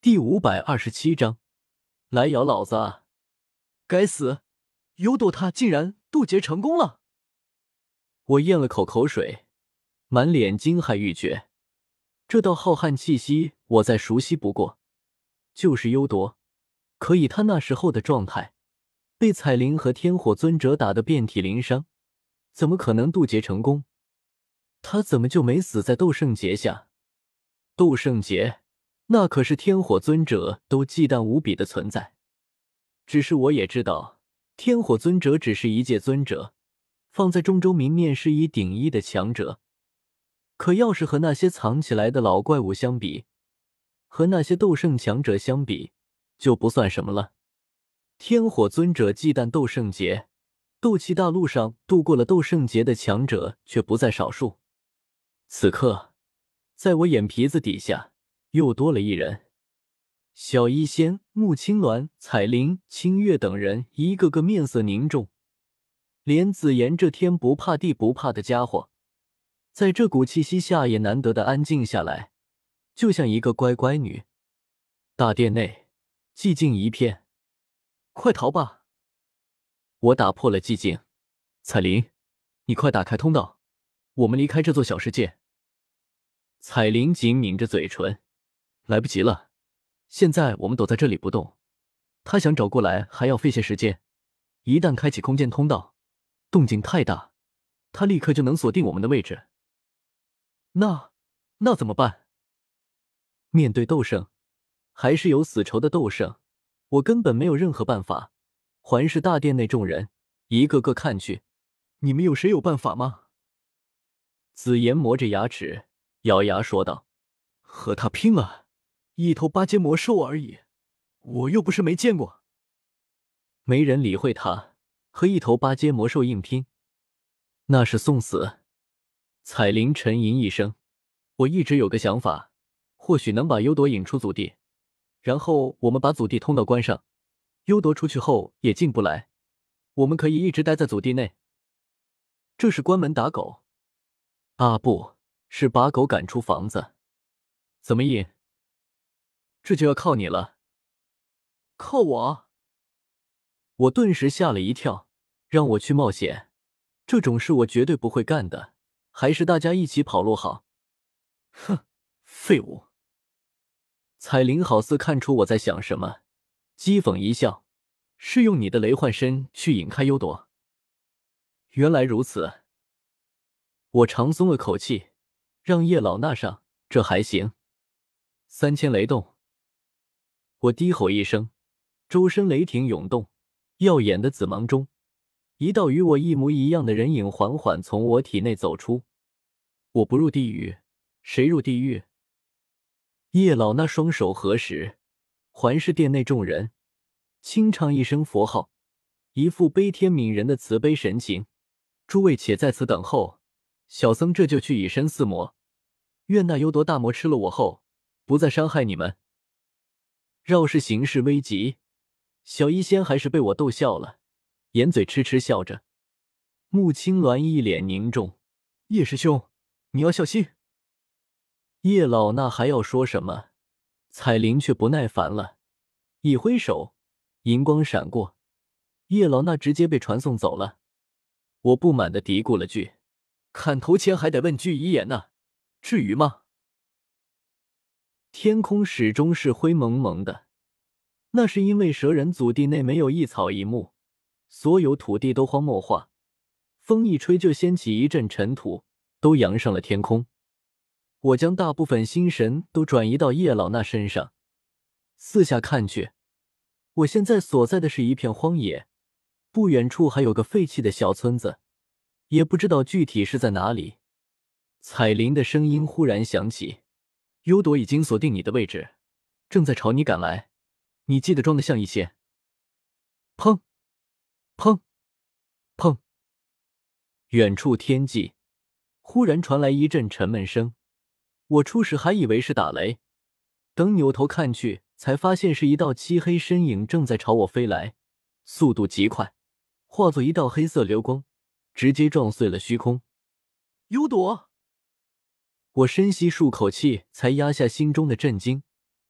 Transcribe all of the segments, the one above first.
第527章，来咬老子啊！该死，幽朵他竟然渡劫成功了！我咽了口水，满脸惊骇欲绝。这道浩瀚气息我再熟悉不过，就是幽朵。可以他那时候的状态，被彩铃和天火尊者打得遍体鳞伤，怎么可能渡劫成功？他怎么就没死在斗圣劫下？斗圣劫那可是天火尊者都忌惮无比的存在。只是我也知道，天火尊者只是一介尊者，放在中州明面是一顶一的强者。可要是和那些藏起来的老怪物相比，和那些斗圣强者相比，就不算什么了。天火尊者忌惮斗圣劫，斗气大陆上度过了斗圣劫的强者却不在少数。此刻，在我眼皮子底下又多了一人。小医仙、穆青鸾、彩铃、清月等人一个个面色凝重，连紫妍这天不怕地不怕的家伙，在这股气息下也难得的安静下来，就像一个乖乖女。大殿内寂静一片，快逃吧！我打破了寂静。彩铃，你快打开通道，我们离开这座小世界。彩铃紧抿着嘴唇，来不及了，现在我们躲在这里不动，他想找过来还要费些时间，一旦开启空间通道，动静太大，他立刻就能锁定我们的位置。那怎么办？面对斗圣，还是有死仇的斗圣，我根本没有任何办法。环视大殿内众人，一个个看去，你们有谁有办法吗？紫妍磨着牙齿，咬牙说道：和他拼了，一头八阶魔兽而已，我又不是没见过。没人理会他，和一头八阶魔兽硬拼，那是送死。彩铃沉吟一声，我一直有个想法，或许能把幽朵引出祖地，然后我们把祖地通道关上，幽朵出去后也进不来，我们可以一直待在祖地内。这是关门打狗啊，不是把狗赶出房子。怎么引？这就要靠你了。靠我？我顿时吓了一跳，让我去冒险，这种事我绝对不会干的，还是大家一起跑路好。哼，废物。彩铃好似看出我在想什么，讥讽一笑，是用你的雷幻身去引开幽朵。原来如此。我长松了口气，让叶老那上，这还行。3000雷动。我低吼一声，周身雷霆涌动，耀眼的紫芒中，一道与我一模一样的人影缓缓从我体内走出。我不入地狱，谁入地狱？叶老那双手合十，环视殿内众人，轻唱一声佛号，一副悲天悯人的慈悲神情。诸位且在此等候，小僧这就去以身饲魔，愿那幽朵大魔吃了我后，不再伤害你们。饶是形势危急，小医仙还是被我逗笑了，掩嘴痴痴笑着。穆青鸾一脸凝重，叶师兄，你要小心。叶老那还要说什么，彩铃却不耐烦了，一挥手，银光闪过，叶老那直接被传送走了。我不满地嘀咕了句，砍头前还得问句遗言呢，至于吗？天空始终是灰蒙蒙的，那是因为蛇人祖地内没有一草一木，所有土地都荒漠化，风一吹就掀起一阵尘土，都扬上了天空。我将大部分心神都转移到叶老那身上，四下看去，我现在所在的是一片荒野，不远处还有个废弃的小村子，也不知道具体是在哪里。彩铃的声音忽然响起，幽朵已经锁定你的位置，正在朝你赶来，你记得装得像一些。砰砰砰，远处天际忽然传来一阵沉闷声，我初时还以为是打雷，等扭头看去，才发现是一道漆黑身影正在朝我飞来，速度极快，化作一道黑色流光，直接撞碎了虚空。幽朵！我深吸数口气，才压下心中的震惊。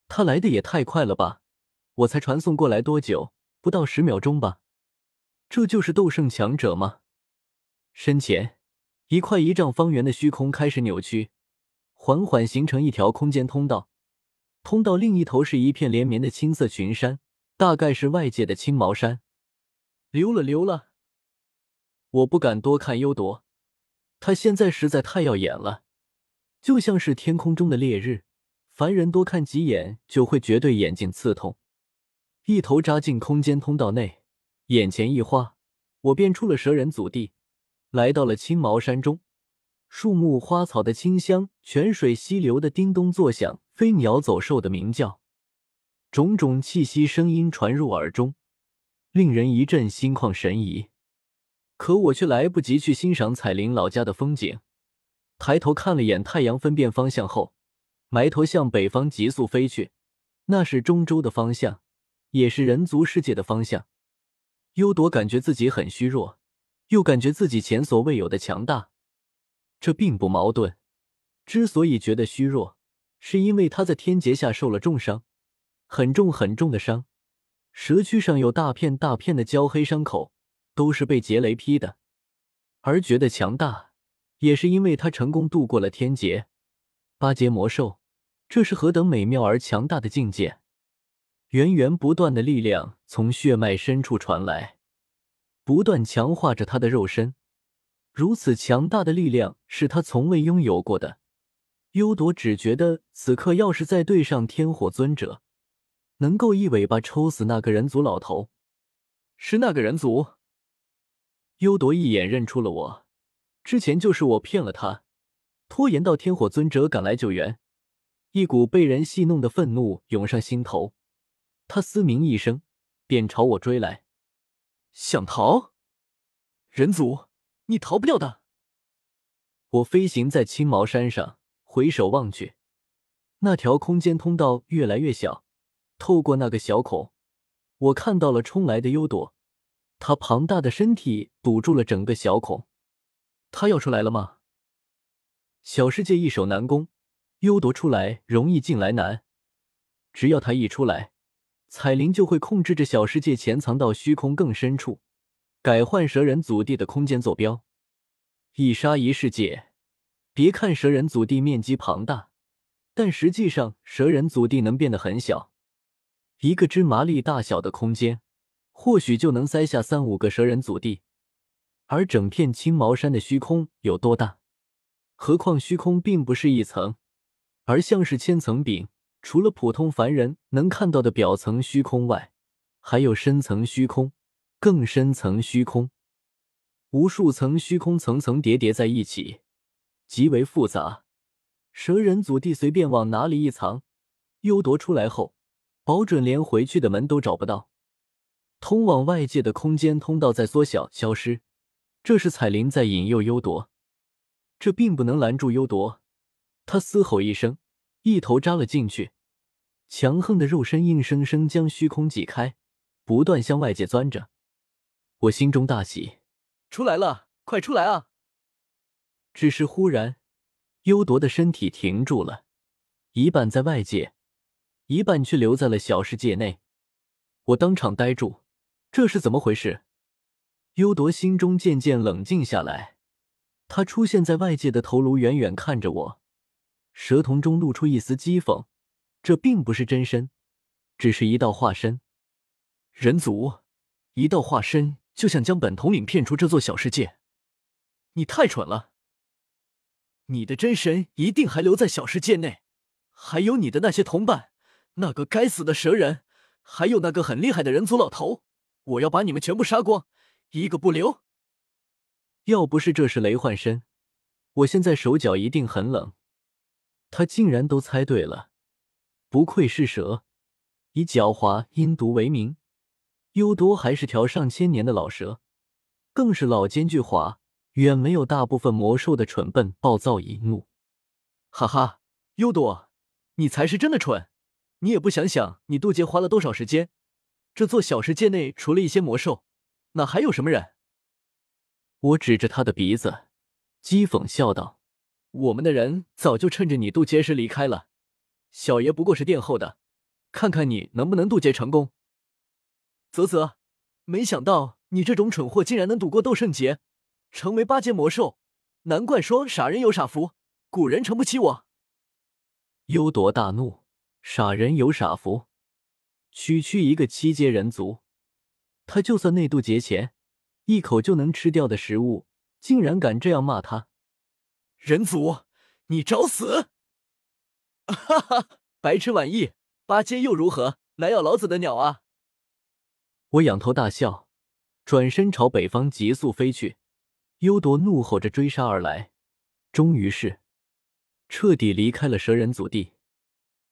他来的也太快了吧，我才传送过来多久？不到10秒钟吧。这就是斗圣强者吗？身前一块1丈方圆的虚空开始扭曲，缓缓形成一条空间通道，通道另一头是一片连绵的青色群山，大概是外界的青毛山。溜了，我不敢多看幽夺，他现在实在太耀眼了，就像是天空中的烈日，凡人多看几眼就会绝对眼睛刺痛。一头扎进空间通道内，眼前一花，我便出了蛇人祖地，来到了青毛山中。树木花草的清香，泉水溪流的叮咚作响，飞鸟走兽的鸣叫，种种气息声音传入耳中，令人一阵心旷神怡。可我却来不及去欣赏彩铃老家的风景，抬头看了眼太阳分辨方向后，埋头向北方急速飞去，那是中州的方向，也是人族世界的方向。幽夺感觉自己很虚弱，又感觉自己前所未有的强大，这并不矛盾。之所以觉得虚弱，是因为他在天劫下受了重伤，很重的伤，蛇躯上有大片的焦黑伤口，都是被劫雷劈的。而觉得强大，也是因为他成功度过了天劫，8阶魔兽，这是何等美妙而强大的境界。源源不断的力量从血脉深处传来，不断强化着他的肉身。如此强大的力量是他从未拥有过的。幽夺只觉得此刻要是再对上天火尊者，能够一尾巴抽死那个人族老头。是那个人族？幽夺一眼认出了我，之前就是我骗了他，拖延到天火尊者赶来救援。一股被人戏弄的愤怒涌上心头，他嘶鸣一声，便朝我追来。想逃？人族，你逃不掉的！我飞行在青毛山上，回首望去，那条空间通道越来越小，透过那个小孔，我看到了冲来的幽夺，他庞大的身体堵住了整个小孔。他要出来了吗？小世界易守难攻，幽夺出来容易进来难。只要他一出来，彩铃就会控制着小世界潜藏到虚空更深处，改换蛇人祖地的空间坐标。一杀一世界，别看蛇人祖地面积庞大，但实际上蛇人祖地能变得很小。一个芝麻粒大小的空间，或许就能塞下3-5个蛇人祖地。而整片青毛山的虚空有多大？何况虚空并不是一层，而像是千层饼，除了普通凡人能看到的表层虚空外，还有深层虚空，更深层虚空。无数层虚空层层叠叠在一起，极为复杂。蛇人祖地随便往哪里一藏，幽夺出来后，保准连回去的门都找不到。通往外界的空间通道在缩小消失，这是彩铃在引诱幽夺。这并不能拦住幽夺，他嘶吼一声，一头扎了进去，强横的肉身硬生生将虚空挤开，不断向外界钻着。我心中大喜，出来了，快出来啊！只是忽然，幽夺的身体停住了，一半在外界，一半却留在了小世界内。我当场呆住，这是怎么回事？幽夺心中渐渐冷静下来，他出现在外界的头颅远远看着我，蛇瞳中露出一丝讥讽，这并不是真身，只是一道化身。人族，一道化身就想将本统领骗出这座小世界，你太蠢了！你的真身一定还留在小世界内，还有你的那些同伴，那个该死的蛇人，还有那个很厉害的人族老头，我要把你们全部杀光，一个不留！要不是这是雷幻身，我现在手脚一定很冷。他竟然都猜对了，不愧是蛇，以狡猾阴毒为名。幽夺还是条上千年的老蛇，更是老奸巨猾，远没有大部分魔兽的蠢笨暴躁易怒。哈哈，幽夺，你才是真的蠢！你也不想想你渡劫花了多少时间，这座小世界内除了一些魔兽，哪还有什么人？我指着他的鼻子，讥讽笑道：我们的人早就趁着你渡劫时离开了，小爷不过是殿后的， 看看你能不能渡劫成功。啧啧，没想到你这种蠢货竟然能躲过斗圣劫，成为8阶魔兽，难怪说傻人有傻福，古人诚不欺我。幽铎大怒，傻人有傻福，区区一个7阶人族，他就算内渡劫前一口就能吃掉的食物，竟然敢这样骂他。人族，你找死！哈哈，白痴晚意，8阶又如何？来咬老子的鸟啊！我仰头大笑，转身朝北方急速飞去。幽铎怒吼着追杀而来，终于是彻底离开了蛇人族地。